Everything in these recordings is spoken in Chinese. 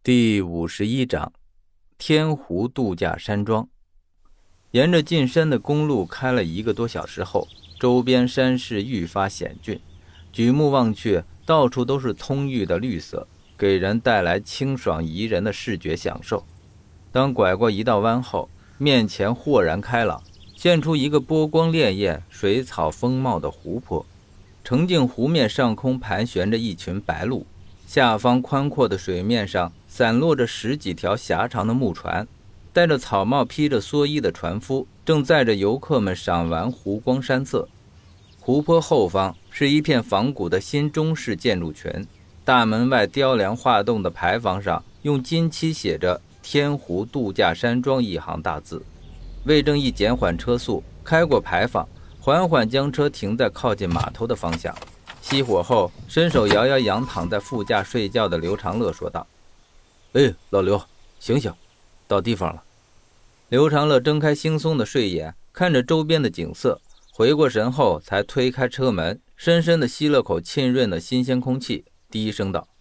第51章天湖度假山庄。沿着进山的公路开了1个多小时后，周边山势愈发险峻，举目望去，到处都是葱郁的绿色，给人带来清爽宜人的视觉享受。当拐过一道弯后，面前豁然开朗，现出一个波光潋滟、水草丰茂的湖泊。澄净湖面上空盘旋着一群白鹭，下方宽阔的水面上散落着10几条狭长的木船，戴着草帽披着蓑衣的船夫正载着游客们赏玩湖光山色。湖泊后方是一片仿古的新中式建筑群，大门外雕梁画栋的牌坊上用金漆写着天湖度假山庄一行大字。魏正义减缓车速，开过牌坊，缓缓将车停在靠近码头的方向。熄火后，伸手摇摇仰躺在副驾睡觉的刘长乐说道：老刘，醒醒，到地方了。刘长乐睁开惺忪的睡眼，看着周边的景色，回过神后才推开车门，深深地吸了口沁润的新鲜空气，低声道：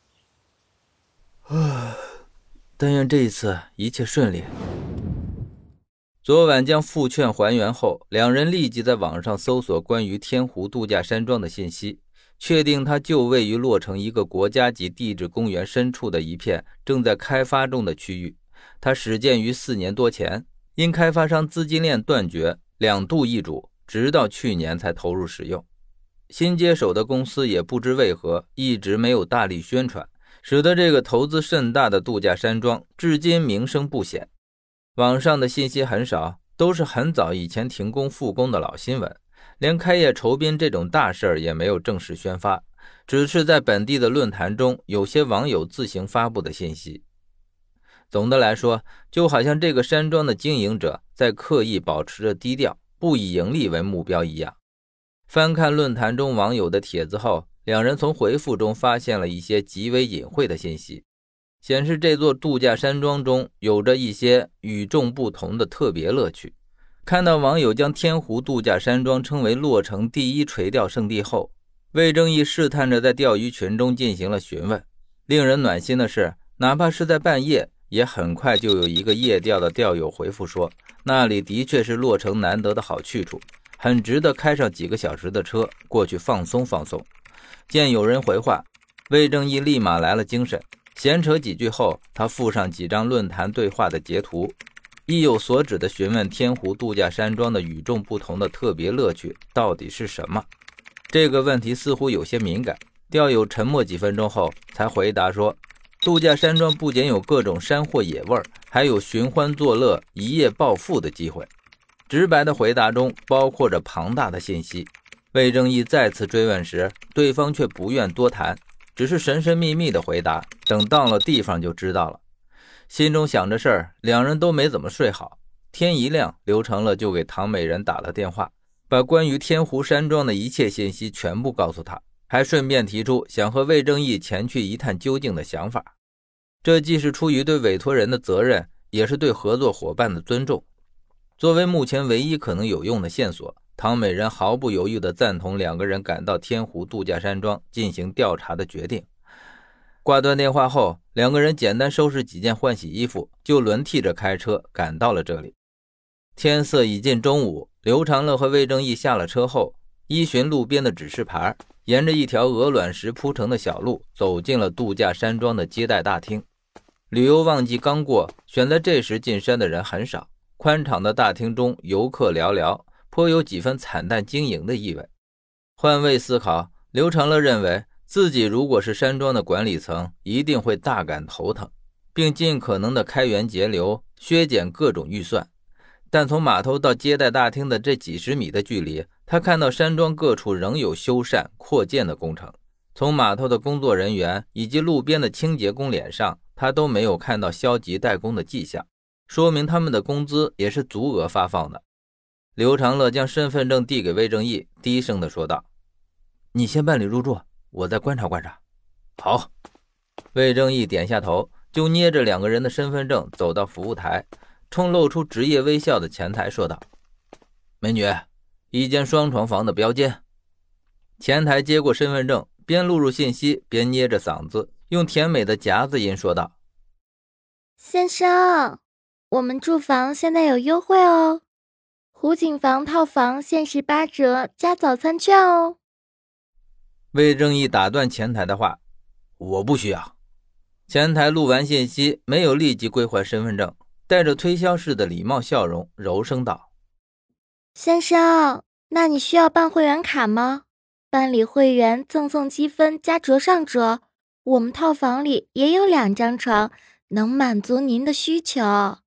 但愿这一次一切顺利。昨晚将复券还原后，两人立即在网上搜索关于天湖度假山庄的信息，确定它就位于洛城一个国家级地质公园深处的一片正在开发中的区域。它始建于4年多前，因开发商资金链断绝，2度易主，直到去年才投入使用。新接手的公司也不知为何一直没有大力宣传，使得这个投资甚大的度假山庄至今名声不显。网上的信息很少，都是很早以前停工复工的老新闻，连开业酬宾这种大事也没有正式宣发，只是在本地的论坛中有些网友自行发布的信息。总的来说，就好像这个山庄的经营者在刻意保持着低调，不以盈利为目标一样。翻看论坛中网友的帖子后，两人从回复中发现了一些极为隐晦的信息，显示这座度假山庄中有着一些与众不同的特别乐趣。看到网友将天湖度假山庄称为洛城第1垂钓圣地后，魏正义试探着在钓鱼群中进行了询问。令人暖心的是，哪怕是在半夜，也很快就有一个夜钓的钓友回复说，那里的确是洛城难得的好去处，很值得开上几个小时的车过去放松放松。见有人回话，魏正义立马来了精神，闲扯几句后，他附上几张论坛对话的截图，意有所指地询问天湖度假山庄的与众不同的特别乐趣到底是什么。这个问题似乎有些敏感，钓友沉默几分钟后才回答说，度假山庄不仅有各种山货野味，还有寻欢作乐、一夜暴富的机会。直白的回答中包括着庞大的信息。魏正义再次追问时，对方却不愿多谈，只是神神秘秘的回答，等到了地方就知道了。心中想着事儿，两人都没怎么睡好。天一亮，刘长乐就给唐美人打了电话，把关于天湖山庄的一切信息全部告诉他，还顺便提出想和魏正义前去一探究竟的想法。这既是出于对委托人的责任，也是对合作伙伴的尊重。作为目前唯一可能有用的线索，唐美人毫不犹豫地赞同两个人赶到天湖度假山庄进行调查的决定。挂断电话后，两个人简单收拾几件换洗衣服，就轮替着开车赶到了这里。天色已近中午，刘长乐和魏正义下了车后，依循路边的指示牌，沿着一条鹅卵石铺成的小路走进了度假山庄的接待大厅。旅游旺季刚过，选在这时进山的人很少，宽敞的大厅中游客寥寥，颇有几分惨淡经营的意味。换位思考，刘长乐认为自己如果是山庄的管理层，一定会大感头疼，并尽可能的开源节流，削减各种预算。但从码头到接待大厅的这几十米的距离，他看到山庄各处仍有修缮扩建的工程，从码头的工作人员以及路边的清洁工脸上，他都没有看到消极怠工的迹象，说明他们的工资也是足额发放的。刘长乐将身份证递给魏正义，低声地说道：你先办理入住，我再观察观察。好。魏正义点下头，就捏着两个人的身份证走到服务台，冲露出职业微笑的前台说道：美女，一间双床房的标间。前台接过身份证，边录入信息边捏着嗓子，用甜美的夹子音说道： 先生，我们住房现在有优惠哦，湖景房套房限时8折加早餐券哦。 魏正义打断前台的话：“我不需要。”前台录完信息，没有立即归还身份证，带着推销式的礼貌笑容，柔声道：“ 先生，那你需要办会员卡吗？办理会员赠送积分加折上折，我们套房里也有2张床，能满足您的需求。”